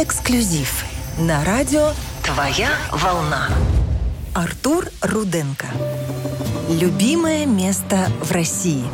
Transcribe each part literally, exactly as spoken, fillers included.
Эксклюзив на радио «Твоя волна». Артур Руденко. Любимое место в России.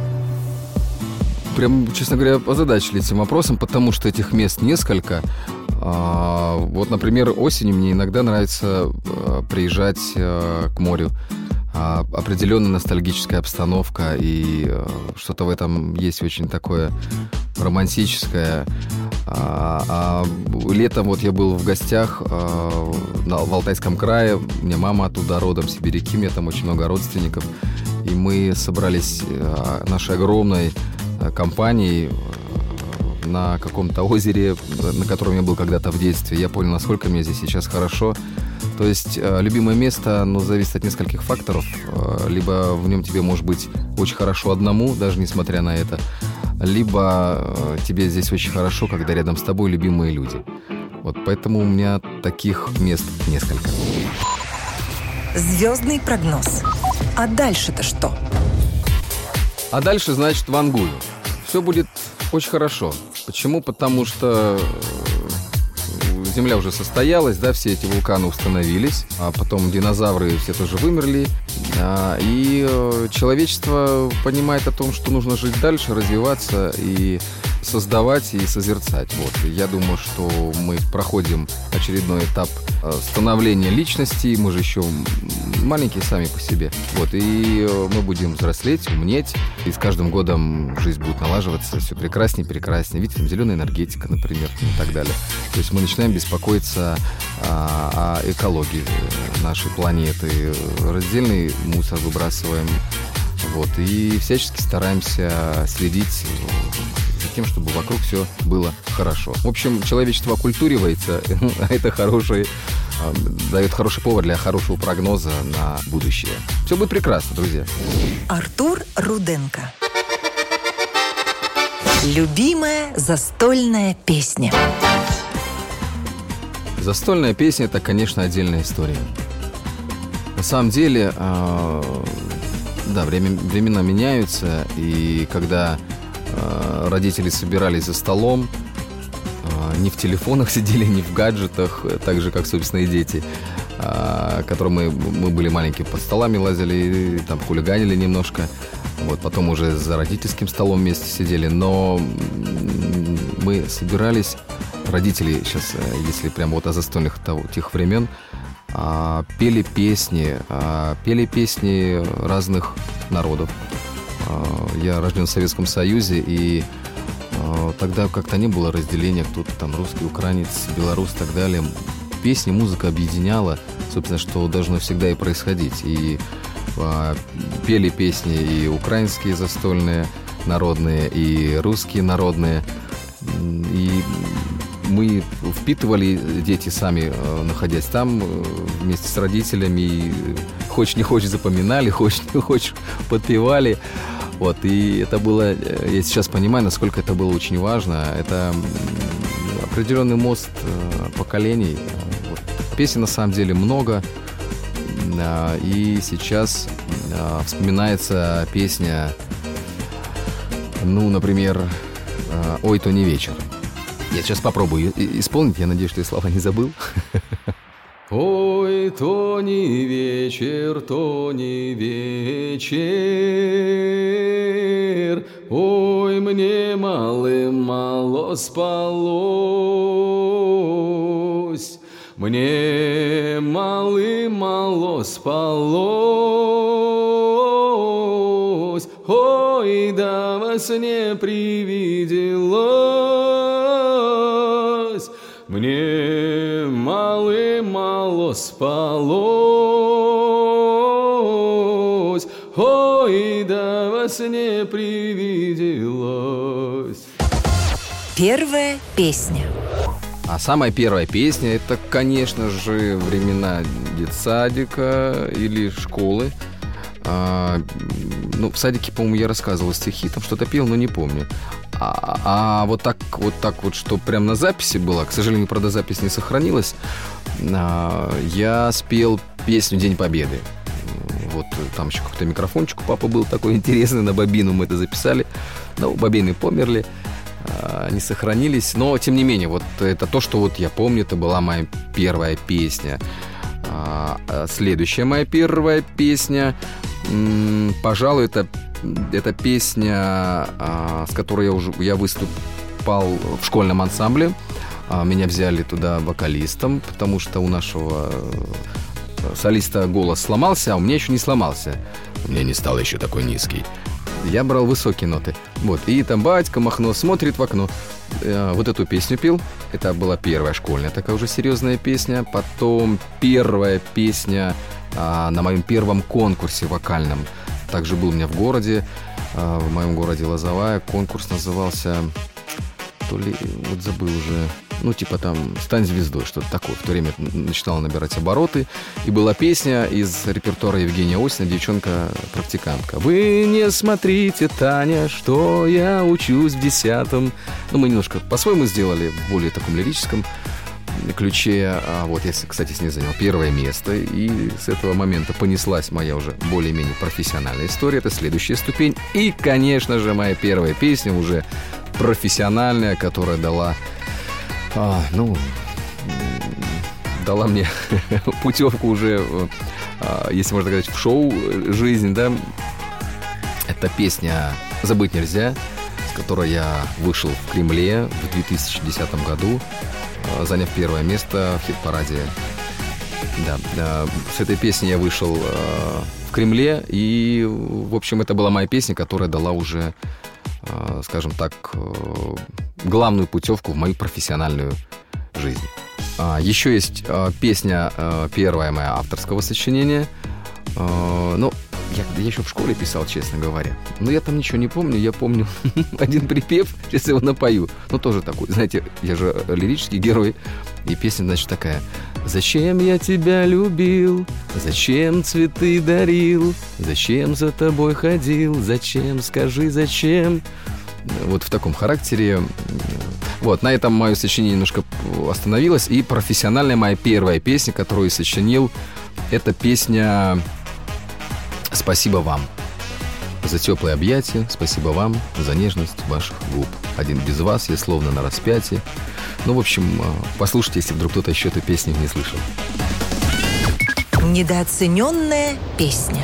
Прям, честно говоря, озадачили этим вопросом, потому что этих мест несколько. А, вот, например, осенью мне иногда нравится а, приезжать а, к морю. А, определенная ностальгическая обстановка, и а, что-то в этом есть очень такое романтическое. А, а летом вот я был в гостях а, на, в Алтайском крае. У меня мама оттуда родом, сибиряки, у меня там очень много родственников. И мы собрались а, нашей огромной компанией на каком-то озере, на котором я был когда-то в детстве. Я понял, насколько мне здесь сейчас хорошо. То есть любимое место, оно зависит от нескольких факторов. Либо в нем тебе может быть очень хорошо одному, даже несмотря на это, либо тебе здесь очень хорошо, когда рядом с тобой любимые люди. Вот поэтому у меня таких мест несколько. Звездный прогноз. А дальше-то что? А дальше, значит, вангую. Все будет очень хорошо. Почему? Потому что Земля уже состоялась, да, все эти вулканы установились, а потом динозавры все тоже вымерли, и человечество понимает о том, что нужно жить дальше, развиваться и создавать и созерцать. Вот. И я думаю, что мы проходим очередной этап становления личности, мы же еще маленькие сами по себе. Вот. И мы будем взрослеть, умнеть, и с каждым годом жизнь будет налаживаться все прекраснее и прекраснее. Видите, там зеленая энергетика, например, и так далее. То есть мы начинаем беспокоиться о, о экологии нашей планеты, раздельный мусор выбрасываем, вот, и всячески стараемся следить за тем, чтобы вокруг все было хорошо. В общем, человечество окультуривается, а это хороший, дает хороший повод для хорошего прогноза на будущее. Все будет прекрасно, друзья. Артур Руденко. Любимая застольная песня. Застольная песня – это, конечно, отдельная история. На самом деле, э, да, время, времена меняются, и когда э, родители собирались за столом, э, не в телефонах сидели, не в гаджетах, так же, как, собственно, и дети, э, которые мы, мы были маленькие, под столами лазили, и, там хулиганили немножко, вот, потом уже за родительским столом вместе сидели, но мы собирались. Родители сейчас, если прямо вот о застольных того, тех времен, а, пели песни, а, пели песни разных народов. А, я рожден в Советском Союзе, и а, тогда как-то не было разделения, кто-то там русский, украинец, белорус и так далее. Песни, музыка объединяла, собственно, что должно всегда и происходить. И а, пели песни и украинские застольные, народные, и русские народные. И мы впитывали, дети сами, находясь там, вместе с родителями, и хочешь не хочешь запоминали, хочешь не хочешь подпевали. Вот, и это было, я сейчас понимаю, насколько это было очень важно. Это определенный мост поколений. Вот. Песен на самом деле много. И сейчас вспоминается песня, ну, например, «Ой, то не вечер». Я сейчас попробую исполнить, я надеюсь, что я слова не забыл. Ой, то не вечер, то не вечер, ой, мне малым мало спалось, мне малым мало спалось, ой, да во сне привиделось, мне мало-мало спалось, ой, да во сне привиделось. Первая песня. А самая первая песня – это, конечно же, времена детсадика или школы. А, ну, в садике, по-моему, я рассказывал стихи, там что-то пел, но не помню. А, а вот так вот, так вот, что прям на записи было, к сожалению, правда, запись не сохранилась, а, я спел песню «День Победы». Вот там еще какой-то микрофончик у папы был такой интересный, на бобину мы это записали. Ну, бобины померли. не сохранились. Но, тем не менее, вот это то, что вот я помню, это была моя первая песня. Следующая моя первая песня, пожалуй, это, это песня, с которой я уже я выступал в школьном ансамбле. Меня взяли туда вокалистом, потому что у нашего солиста голос сломался, а у меня еще не сломался. У меня не стал еще такой низкий. Я брал высокие ноты. Вот. И там батька Махно смотрит в окно. Вот эту песню пел. Это была первая школьная такая уже серьезная песня. Потом первая песня а, на моем первом конкурсе вокальном. Также был у меня в городе, а, в моем городе Лозовая. Конкурс назывался... То ли, вот забыл уже, ну, типа там «Стань звездой», что-то такое. В то время начинала набирать обороты. И была песня из репертуара Евгения Осина «Девчонка-практикантка». Вы не смотрите, Таня, что я учусь в десятом. Ну, мы немножко по-своему сделали, в более таком лирическом ключе. А вот я, кстати, с ней занял первое место. И с этого момента понеслась моя уже более-менее профессиональная история. Это следующая ступень. И, конечно же, моя первая песня уже профессиональная, которая дала, а, ну, дала мне путевку уже, а, если можно сказать, в шоу-жизнь, да. Это песня «Забыть нельзя», с которой я вышел в Кремле в две тысячи десятом году, а, заняв первое место в хит-параде. Да, да, с этой песней я вышел а, в Кремле, и, в общем, это была моя песня, которая дала уже, скажем так, главную путевку в мою профессиональную жизнь. Еще есть песня, первая моя авторского сочинения. Ну, я, я еще в школе писал, честно говоря. Но я там ничего не помню. Я помню один припев, сейчас его напою. Ну, тоже такой, знаете, я же лирический герой. И песня, значит, такая: «Зачем я тебя любил? Зачем цветы дарил? Зачем за тобой ходил? Зачем, скажи, зачем?» Вот в таком характере. Вот, на этом мое сочинение немножко остановилось. И профессиональная моя первая песня, которую я сочинил, это песня «Спасибо вам за теплые объятия, спасибо вам за нежность ваших губ. Один без вас, я словно на распятии». Ну, в общем, послушайте, если вдруг кто-то еще эту песню не слышал. Недооцененная песня.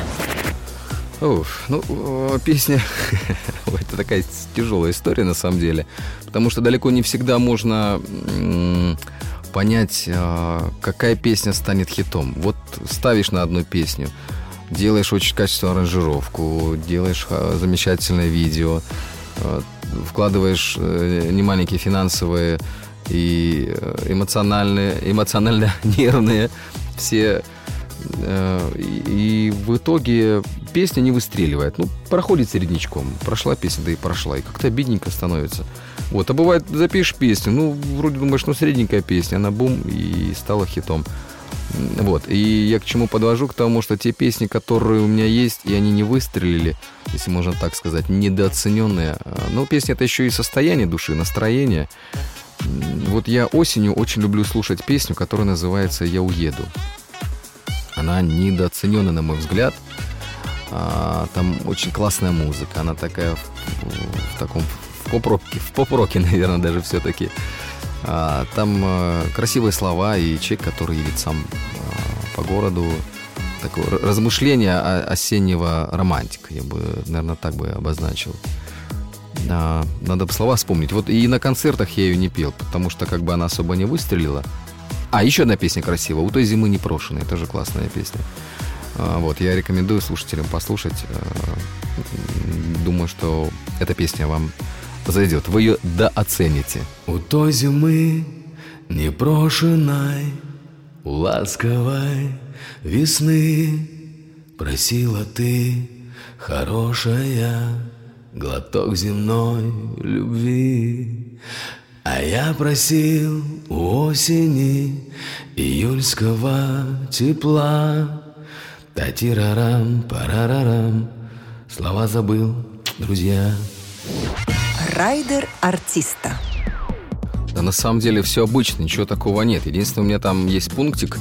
Уф, ну, песня... Это такая тяжелая история, на самом деле. Потому что далеко не всегда можно м- понять, а, какая песня станет хитом. Вот ставишь на одну песню, делаешь очень качественную аранжировку, делаешь а, замечательное видео, а, вкладываешь а, немаленькие финансовые и эмоциональные, эмоционально-нервные все... И, и в итоге песня не выстреливает. Ну, проходит середнячком. Прошла песня, да и прошла. И как-то обидненько становится. Вот. А бывает, запишешь песню, ну, вроде думаешь, ну, средненькая песня, она бум, и стала хитом. Вот. И я к чему подвожу? К тому, что те песни, которые у меня есть, и они не выстрелили, если можно так сказать, недооцененные. Ну, песня — это еще и состояние души, настроение. Вот я осенью очень люблю слушать песню, которая называется «Я уеду». Она недооценена, на мой взгляд. А, там очень классная музыка. Она такая в, в таком в поп-роке, в поп-роке, наверное, даже все-таки. А, там а, красивые слова и человек, который едет сам а, по городу. Такое размышление осеннего романтика. Я бы, наверное, так бы обозначил. А, надо бы слова вспомнить. Вот и на концертах я ее не пел, потому что как бы она особо не выстрелила. А, еще одна песня красивая. «У той зимы непрошенной». Тоже классная песня. А, вот, я рекомендую слушателям послушать. А, думаю, что эта песня вам зайдет. Вы ее дооцените. У той зимы непрошенной, у ласковой весны просила ты, хорошая, глоток земной любви. А я просил у осени июльского тепла. Та-ти-ра-рам, парарарам. Слова забыл, друзья. Райдер артиста. Да, на самом деле все обычно, ничего такого нет. Единственное, у меня там есть пунктик,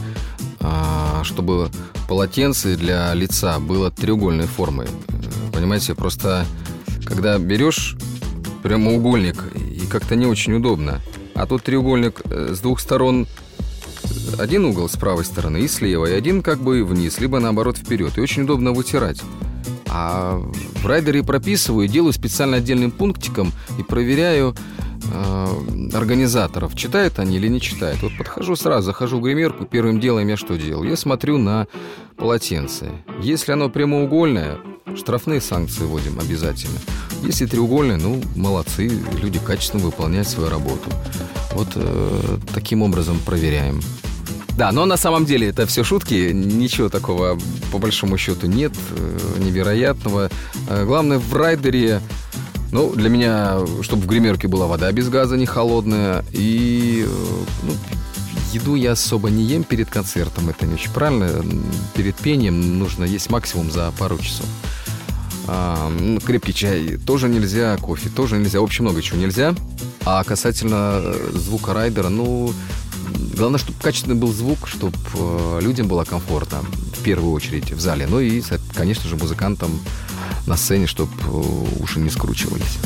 чтобы полотенце для лица было треугольной формы. Понимаете, просто когда берешь прямоугольник и и как-то не очень удобно. А тут треугольник с двух сторон, один угол с правой стороны и слева, и один как бы вниз, либо наоборот вперед. И очень удобно вытирать. А в райдере прописываю, делаю специально отдельным пунктиком и проверяю э, организаторов, читают они или не читают. Вот подхожу сразу, захожу в гримерку, первым делом я что делаю? Я смотрю на полотенце. Если оно прямоугольное, штрафные санкции вводим обязательно. Если треугольное, ну, молодцы, люди качественно выполняют свою работу. Вот э, таким образом проверяем. Да, но на самом деле это все шутки, ничего такого по большому счету нет, э, невероятного. Э, главное в райдере, ну, для меня, чтобы в гримерке была вода без газа, не холодная, и э, ну, еду я особо не ем перед концертом, это не очень правильно. Перед пением нужно есть максимум за пару часов. А, ну, крепкий чай тоже нельзя, кофе тоже нельзя, в общем, много чего нельзя. А касательно звука райдера, ну, главное, чтобы качественный был звук, чтобы людям было комфортно, в первую очередь, в зале. Ну и, конечно же, музыкантам на сцене, чтобы уши не скручивались.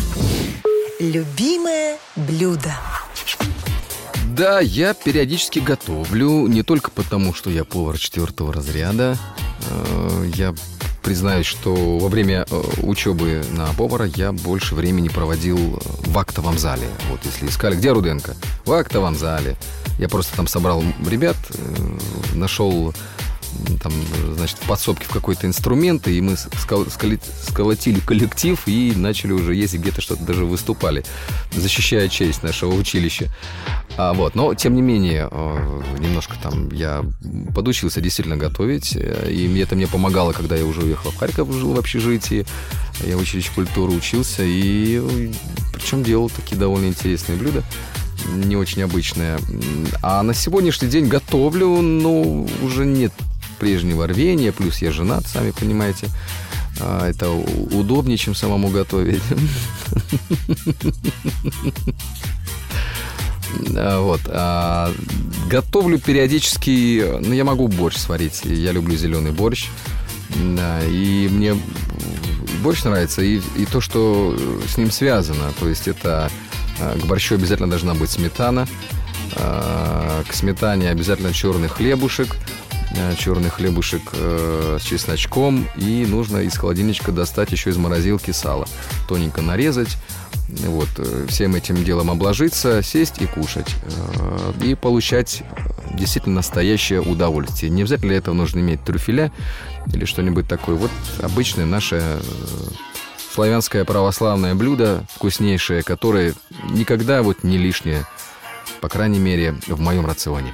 Любимое блюдо. Да, я периодически готовлю, не только потому, что я повар четвертого разряда. Я признаюсь, что во время учебы на повара я больше времени проводил в актовом зале. Вот если искали, где Руденко? В актовом зале. Я просто там собрал ребят, нашел там, значит, в подсобке в какой-то инструмент, и мы скол- скол- сколотили коллектив и начали уже ездить, где-то что-то даже выступали, защищая честь нашего училища. А, вот. Но, тем не менее, немножко там я подучился действительно готовить, и это мне помогало, когда я уже уехал в Харьков, жил в общежитии, я в училище культуры учился, и причем делал такие довольно интересные блюда, не очень обычные. А на сегодняшний день готовлю, но уже нет прежнего рвения, плюс я женат, сами понимаете. Это удобнее, чем самому готовить. Вот. Готовлю периодически, ну, я могу борщ сварить, я люблю зеленый борщ. Да, и мне борщ нравится, и, и то, что с ним связано. То есть это к борщу обязательно должна быть сметана, к сметане обязательно черный хлебушек, черный хлебушек с чесночком, и нужно из холодильничка достать еще из морозилки сало, тоненько нарезать, вот, всем этим делом обложиться, сесть и кушать, и получать действительно настоящее удовольствие. Не обязательно для этого нужно иметь трюфеля или что-нибудь такое. Вот обычное наше славянское православное блюдо, вкуснейшее, которое никогда вот не лишнее, по крайней мере, в моем рационе.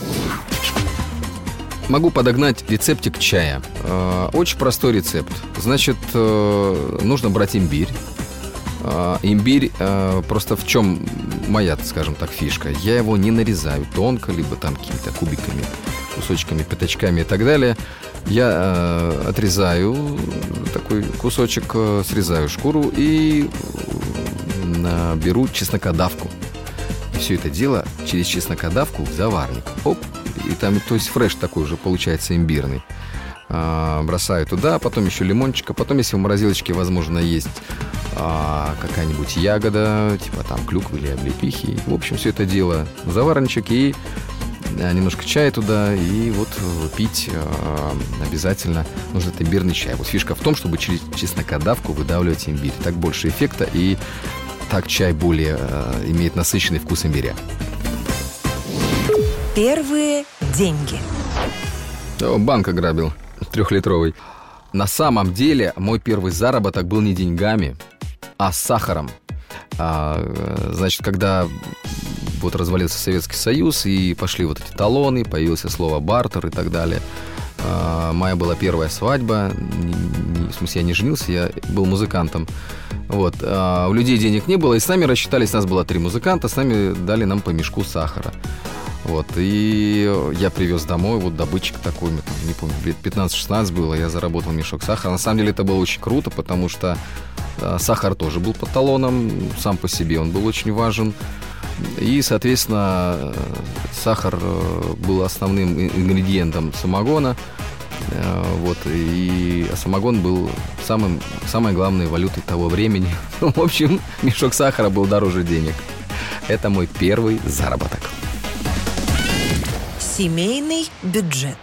Могу подогнать рецептик чая. Очень простой рецепт. Значит, нужно брать имбирь. Имбирь, просто в чем моя, скажем так, фишка? Я его не нарезаю тонко, либо там какими-то кубиками, кусочками, пятачками и так далее. Я отрезаю такой кусочек, срезаю шкуру и беру чеснокодавку. И все это дело через чеснокодавку в заварник. Оп, и там, то есть фреш такой уже получается имбирный. А, бросаю туда, потом еще лимончика, потом, если в морозилочке, возможно, есть а, какая-нибудь ягода, типа там клюквы или облепихи. В общем, все это дело в заварничек и а, немножко чая туда, и вот пить а, обязательно нужен имбирный чай. Вот фишка в том, чтобы через чеснокодавку выдавливать имбирь. Так больше эффекта, и так чай более а, имеет насыщенный вкус имбиря. Первые деньги. О, банк ограбил, трехлитровый. На самом деле мой первый заработок был не деньгами, а сахаром. А, значит, когда вот развалился Советский Союз и пошли вот эти талоны, появилось слово бартер и так далее. А, моя была первая свадьба, не, не, в смысле я не женился, я был музыкантом. Вот, а у людей денег не было, и с нами рассчитались, нас было три музыканта, с нами дали нам по мешку сахара. Вот, и я привез домой, вот добытчик такой, не помню, лет пятнадцать-шестнадцать было, я заработал мешок сахара. На самом деле это было очень круто, потому что э, сахар тоже был по талонам, сам по себе он был очень важен. И, соответственно, сахар был основным ингредиентом самогона. Э, вот, и самогон был самым, самой главной валютой того времени. В общем, мешок сахара был дороже денег. Это мой первый заработок. Семейный бюджет.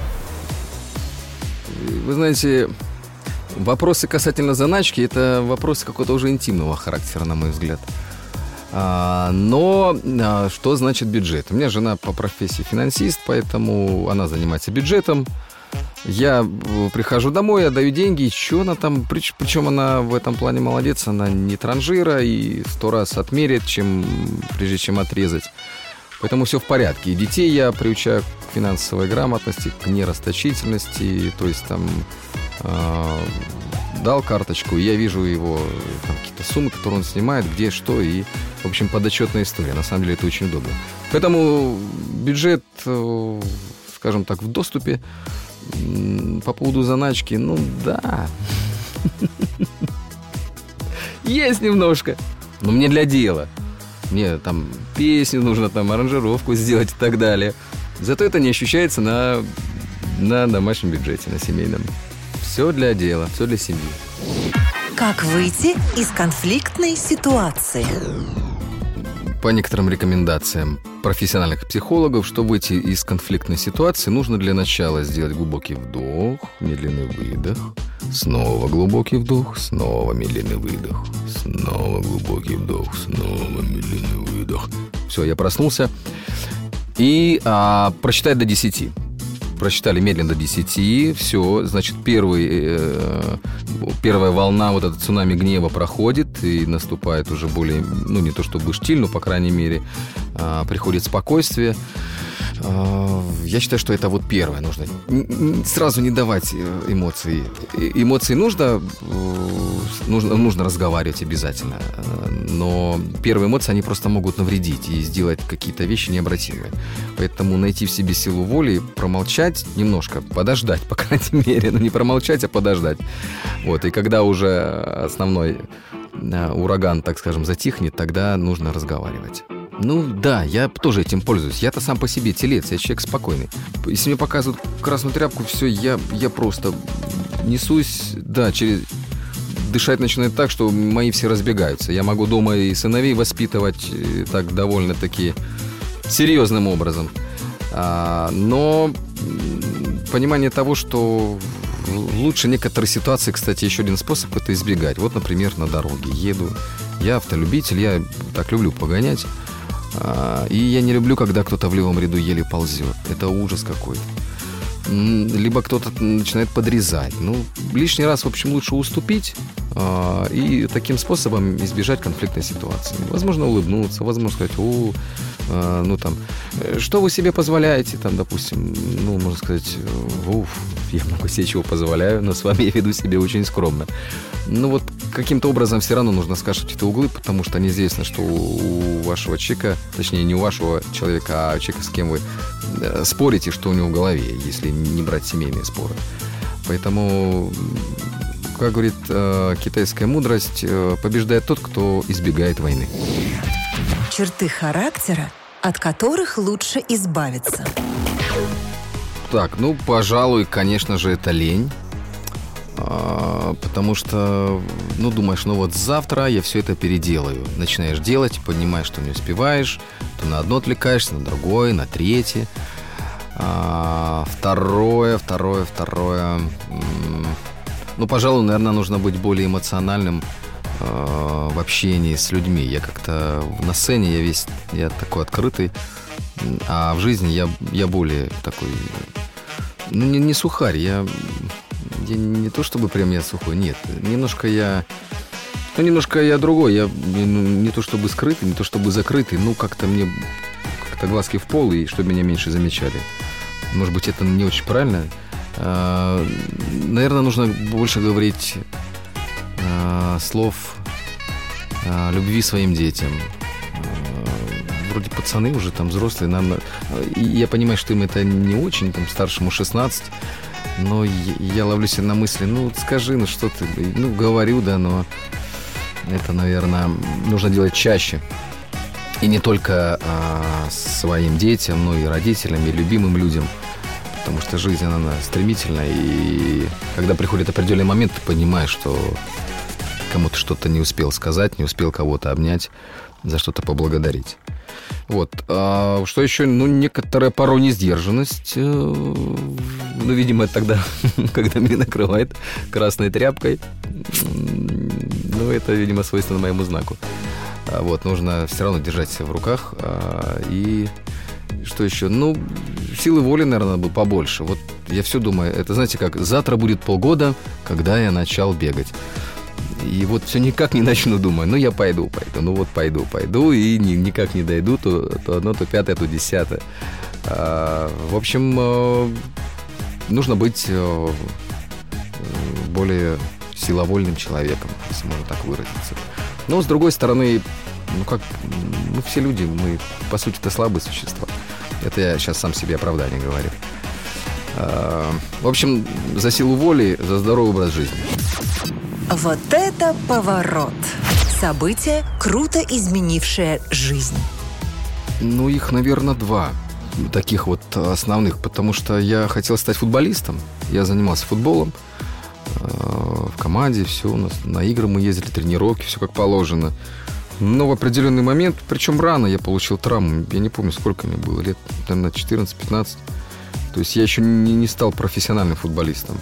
Вы знаете, вопросы касательно заначки – это вопросы какого-то уже интимного характера, на мой взгляд. А, но а, что значит бюджет? У меня жена по профессии финансист, поэтому она занимается бюджетом. Я прихожу домой, отдаю деньги, еще она там, причем она в этом плане молодец, она не транжира и сто раз отмерит, чем, прежде чем отрезать. Поэтому все в порядке. И детей я приучаю к финансовой грамотности, к нерасточительности, то есть там э, дал карточку, и я вижу его там, какие-то суммы, которые он снимает, где, что, и, в общем, подотчетная история. На самом деле это очень удобно. Поэтому бюджет, э, скажем так, в доступе. По поводу заначки, ну да. Есть немножко. Но мне для дела. Мне там песню нужно, там аранжировку сделать и так далее. Зато это не ощущается на, на домашнем бюджете, на семейном. Все для дела, все для семьи. Как выйти из конфликтной ситуации? По некоторым рекомендациям профессиональных психологов, чтобы выйти из конфликтной ситуации, нужно для начала сделать глубокий вдох, медленный выдох, снова глубокий вдох, снова медленный выдох, снова глубокий вдох, снова медленный выдох. Все, я проснулся. И а, просчитать до десяти. Просчитали медленно до десяти, все, значит, первый, э, первая волна, вот эта цунами гнева проходит, и наступает уже более, ну, не то чтобы штиль, но, по крайней мере, э, приходит спокойствие. Э, я считаю, что это вот первое нужно. Сразу не давать эмоций. Эмоции нужно, нужно, нужно разговаривать обязательно, но первые эмоции, они просто могут навредить и сделать какие-то вещи необратимые. Поэтому найти в себе силу воли, промолчать, немножко, подождать, по крайней мере. Ну, не промолчать, а подождать. Вот, и когда уже основной ураган, так скажем, затихнет, тогда нужно разговаривать. Ну да, я тоже этим пользуюсь. Я-то сам по себе телец, я человек спокойный. Если мне показывают красную тряпку, все, я, я просто несусь, да, через... Дышать начинает так, что мои все разбегаются. Я могу дома и сыновей воспитывать так довольно-таки серьезным образом. А, но понимание того, что лучше некоторые ситуации, кстати, еще один способ – это избегать. Вот, например, на дороге еду. Я автолюбитель, я так люблю погонять. А, и я не люблю, когда кто-то в левом ряду еле ползет. Это ужас какой-то. Либо кто-то начинает подрезать. Ну, лишний раз, в общем, лучше уступить э, и таким способом избежать конфликтной ситуации. Возможно, улыбнуться, возможно, сказать, о, э, ну, там, что вы себе позволяете, там, допустим, ну, можно сказать, уф, я много себе чего позволяю, но с вами я веду себя очень скромно. Ну, вот каким-то образом все равно нужно скашивать эти углы, потому что неизвестно, что у вашего человека, точнее, не у вашего человека, а человека, с кем вы спорите, что у него в голове, если не брать семейные споры. Поэтому, как говорит э, китайская мудрость, э, побеждает тот, кто избегает войны. Черты характера, от которых лучше избавиться. Так, ну, пожалуй, конечно же, это лень. А, потому что, ну, думаешь, ну вот завтра я все это переделаю. Начинаешь делать, понимаешь, что не успеваешь, то на одно отвлекаешься, на другое, на третье. А, второе, второе, второе. Ну, пожалуй, наверное, нужно быть более эмоциональным э, в общении с людьми. Я как-то на сцене я весь, я такой открытый, а в жизни я, я более такой, ну, не, не сухарь, я... Я не то чтобы прям я сухой, нет. Немножко я... Ну, немножко я другой. Я ну, не то чтобы скрытый, не то чтобы закрытый. Ну, как-то мне... Как-то глазки в пол, и чтобы меня меньше замечали. Может быть, это не очень правильно. А, наверное, нужно больше говорить а, слов а, любви своим детям. А, вроде пацаны уже там взрослые. Нам... Я понимаю, что им это не очень. Там старшему шестнадцать. Но я, я ловлю себя на мысли, ну, скажи, ну, что ты... Ну, говорю, да, но это, наверное, нужно делать чаще. И не только а, своим детям, но и родителям, и любимым людям. Потому что жизнь, она стремительна. И когда приходит определенный момент, ты понимаешь, что кому-то что-то не успел сказать, не успел кого-то обнять. за что-то поблагодарить. Вот. А что еще? Ну, некоторая порой несдержанность. Ну, видимо, это тогда, когда меня накрывает красной тряпкой. Ну, это, видимо, свойственно моему знаку. Вот, нужно все равно держать себя в руках. И что еще? Ну, силы воли, наверное, было побольше. Вот я все думаю, это, знаете, как завтра будет полгода, когда я начал бегать. И вот все никак не начну, думаю, ну, я пойду, пойду, ну, вот пойду, пойду, и ни, никак не дойду, то, то одно, то пятое, то десятое. А, в общем, а, нужно быть а, более силовольным человеком, если можно так выразиться. Но, с другой стороны, ну, как, ну, все люди, мы, по сути-то, слабые существа. Это я сейчас сам себе оправдание говорю. А, в общем, за силу воли, за здоровый образ жизни. Вот это поворот! Событие, круто изменившее жизнь. Ну, их, наверное, два таких вот основных, потому что я хотел стать футболистом. Я занимался футболом в команде, все, у нас на игры мы ездили, тренировки, все как положено. Но в определенный момент, причем рано, я получил травму. Я не помню, сколько мне было, лет, наверное, четырнадцать-пятнадцать. То есть я еще не, не стал профессиональным футболистом.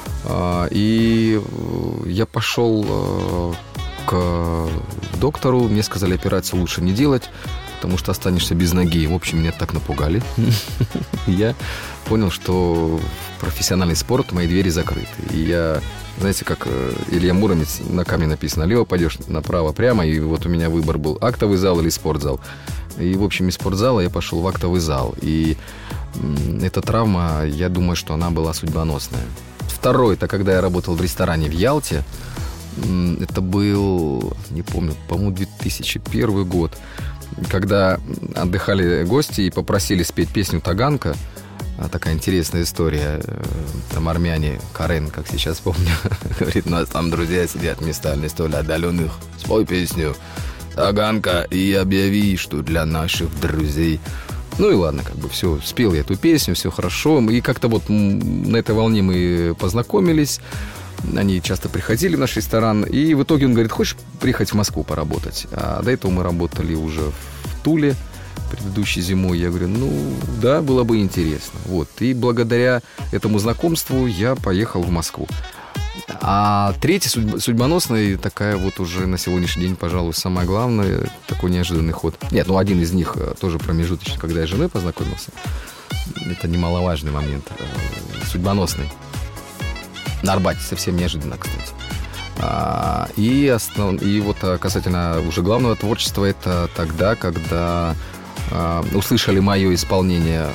И я пошел к доктору, мне сказали, операцию лучше не делать, потому что останешься без ноги. В общем, меня так напугали. Я понял, что в профессиональный спорт мои двери закрыты. И я, знаете, как Илья Муромец, на камне написано, налево пойдешь, направо, прямо. И вот у меня выбор был актовый зал или спортзал. И, в общем, из спортзала я пошел в актовый зал. И эта травма, я думаю, что она была судьбоносная. Второй, это когда я работал в ресторане в Ялте. Это был, не помню, по-моему, две тысячи первый год. Когда отдыхали гости и попросили спеть песню «Таганка». Такая интересная история. Там армяне, Карен, как сейчас помню, говорит, у нас там друзья сидят в местах не столь отдаленных. Спой песню «Таганка» и объяви, что для наших друзей. Ну и ладно, как бы все, спел я эту песню, все хорошо. И как-то вот на этой волне мы познакомились. Они часто приходили в наш ресторан. И в итоге он говорит, хочешь приехать в Москву поработать? А до этого мы работали уже в Туле предыдущей зимой. Я говорю, ну да, было бы интересно. Вот. И благодаря этому знакомству я поехал в Москву. А третий, судьбоносный, такая вот уже на сегодняшний день, пожалуй, самое главное, такой неожиданный ход. Нет, ну один из них тоже промежуточный, когда я с женой познакомился. Это немаловажный момент, судьбоносный. На Арбате, совсем неожиданно, кстати. А, и, основ... и вот касательно уже главного творчества, это тогда, когда а, услышали мое исполнение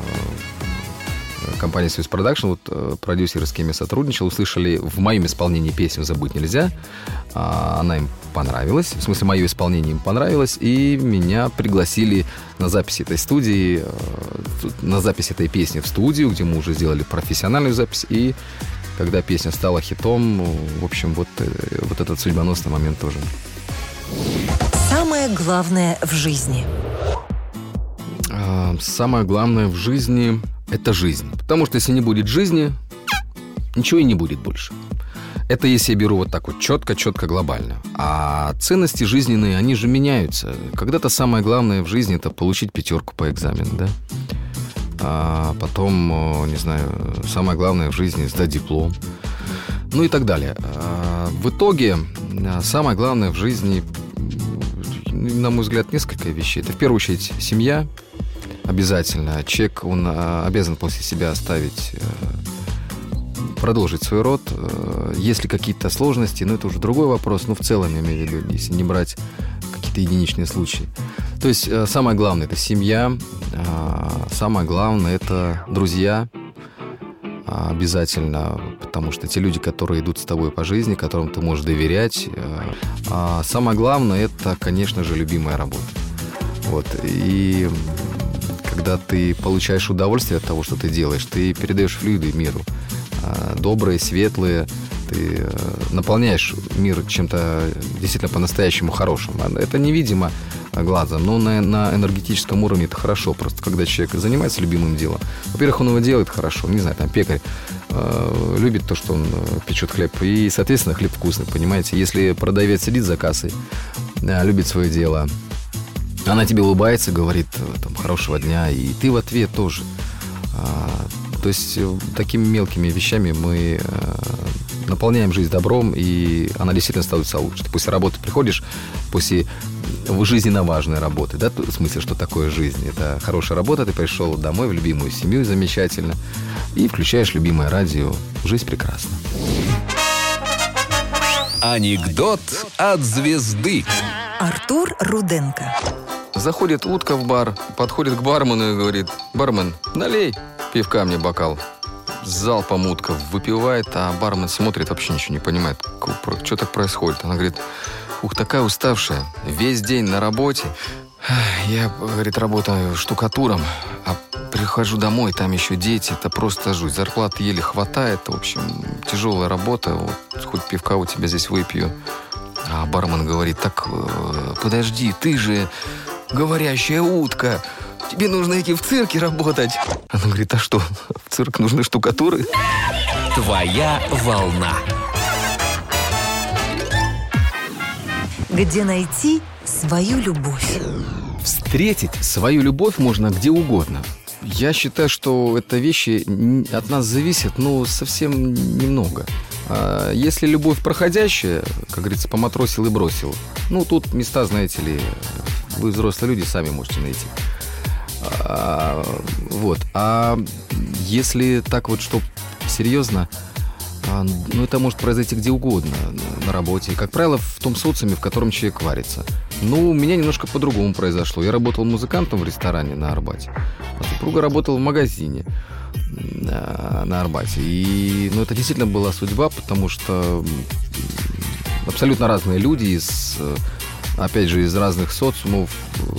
компания «Союз Продакшн», вот продюсеры, с кем я сотрудничал, услышали в моем исполнении песню «Забыть нельзя». Она им понравилась, в смысле, мое исполнение им понравилось, и меня пригласили на запись этой студии, на запись этой песни в студию, где мы уже сделали профессиональную запись, и когда песня стала хитом, в общем, вот, вот этот судьбоносный момент тоже. Самое главное в жизни. Самое главное в жизни – это жизнь. Потому что если не будет жизни, ничего и не будет больше. Это если я беру вот так вот четко-четко глобально. А ценности жизненные, они же меняются. Когда-то самое главное в жизни – это получить пятерку по экзамену, да? А потом, не знаю, самое главное в жизни – сдать диплом. Ну и так далее. А в итоге самое главное в жизни, на мой взгляд, несколько вещей. Это в первую очередь семья. Обязательно. Человек, он обязан после себя оставить, продолжить свой род. Если какие-то сложности, ну, это уже другой вопрос, но в целом, я имею в виду, если не брать какие-то единичные случаи. То есть самое главное – это семья, самое главное – это друзья, обязательно, потому что те люди, которые идут с тобой по жизни, которым ты можешь доверять. А самое главное – это, конечно же, любимая работа. Вот. И когда ты получаешь удовольствие от того, что ты делаешь, ты передаешь флюиды миру. Добрые, светлые. Ты наполняешь мир чем-то действительно по-настоящему хорошим. Это невидимо глазом, но на, на энергетическом уровне это хорошо. Просто когда человек занимается любимым делом, во-первых, он его делает хорошо. Не знаю, там пекарь э, любит то, что он печет хлеб. И, соответственно, хлеб вкусный, понимаете. Если продавец сидит за кассой, любит свое дело. Она тебе улыбается, говорит там, хорошего дня, и ты в ответ тоже. То есть такими мелкими вещами мы наполняем жизнь добром, и она действительно становится лучше. Ты после работы приходишь, после жизненно важной работы, да, в смысле, что такое жизнь? Это хорошая работа, ты пришел домой в любимую семью, замечательно, и включаешь любимое радио. Жизнь прекрасна. Анекдот от звезды. Артур Руденко. Заходит утка в бар, подходит к бармену и говорит: бармен, налей пивка мне бокал. Залпом утка выпивает, а бармен смотрит, вообще ничего не понимает, что так происходит. Она говорит: ух, такая уставшая, весь день на работе. Я, говорит, работаю штукатуром, а прихожу домой, там еще дети, это просто жуть. Зарплаты еле хватает, в общем, тяжелая работа, вот, хоть пивка у тебя здесь выпью. А бармен говорит: так, подожди, ты же говорящая утка, тебе нужно идти в цирке работать. Она говорит: а что, в цирк нужны штукатуры? Твоя волна. Где найти свою любовь? Встретить свою любовь можно где угодно. Я считаю, что это вещи от нас зависят, ну, совсем немного. А если любовь проходящая, как говорится, поматросил и бросил, ну, тут места, знаете ли, вы взрослые люди, сами можете найти. А, вот. А если так вот, что серьезно, ну, это может произойти где угодно, на работе. Как правило, в том социуме, в котором человек варится. Ну, у меня немножко по-другому произошло. Я работал музыкантом в ресторане на Арбате, а супруга работала в магазине на, на Арбате. И, ну, это действительно была судьба, потому что абсолютно разные люди, из, опять же, из разных социумов.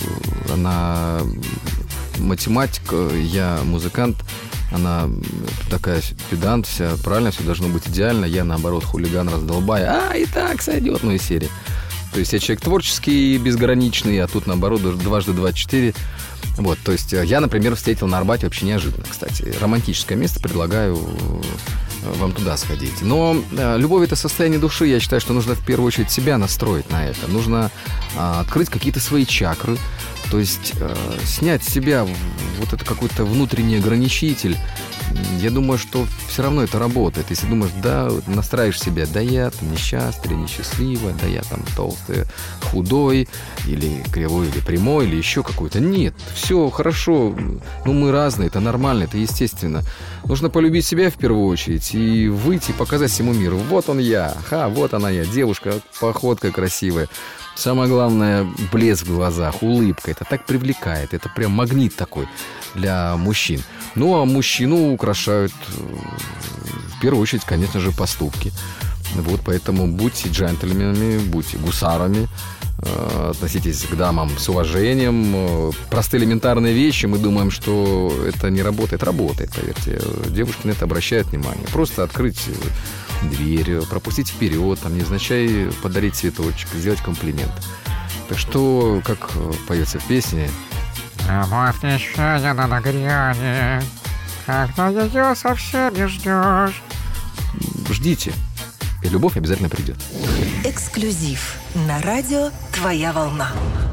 Она математик, я музыкант. Она такая педант, вся правильно, все должно быть идеально. Я, наоборот, хулиган, раздолбай. А, и так сойдет, ну, из серии. То есть я человек творческий, безграничный, а тут, наоборот, дважды два четыре. Вот, то есть я, например, встретил на Арбате вообще неожиданно, кстати. Романтическое место, предлагаю вам туда сходить. Но любовь – это состояние души. Я считаю, что нужно в первую очередь себя настроить на это. Нужно а, открыть какие-то свои чакры. То есть э, снять с себя вот это какой-то внутренний ограничитель. Я думаю, что все равно это работает. Если думаешь, да, настраиваешь себя, да я там несчастный или несчастливый, да я там толстый, худой, или кривой, или прямой, или еще какой-то. Нет, все хорошо. Ну, мы разные, это нормально, это естественно. Нужно полюбить себя в первую очередь и выйти, показать всему миру. Вот он я, ха, вот она я, девушка, походка красивая. Самое главное, блеск в глазах, улыбка. Это так привлекает. Это прям магнит такой для мужчин. Ну, а мужчину украшают, в первую очередь, конечно же, поступки. Вот, поэтому будьте джентльменами, будьте гусарами. Относитесь к дамам с уважением. Простые элементарные вещи, мы думаем, что это не работает. Работает, поверьте. Девушки на это обращают внимание. Просто открыть дверь, пропустить вперед, там, невзначай подарить цветочек, сделать комплимент. Так что, как поется в песне: любовь нечаянно нагрянет, когда ее совсем не ждешь. Ждите, и любовь обязательно придет. Эксклюзив на радио «Твоя волна».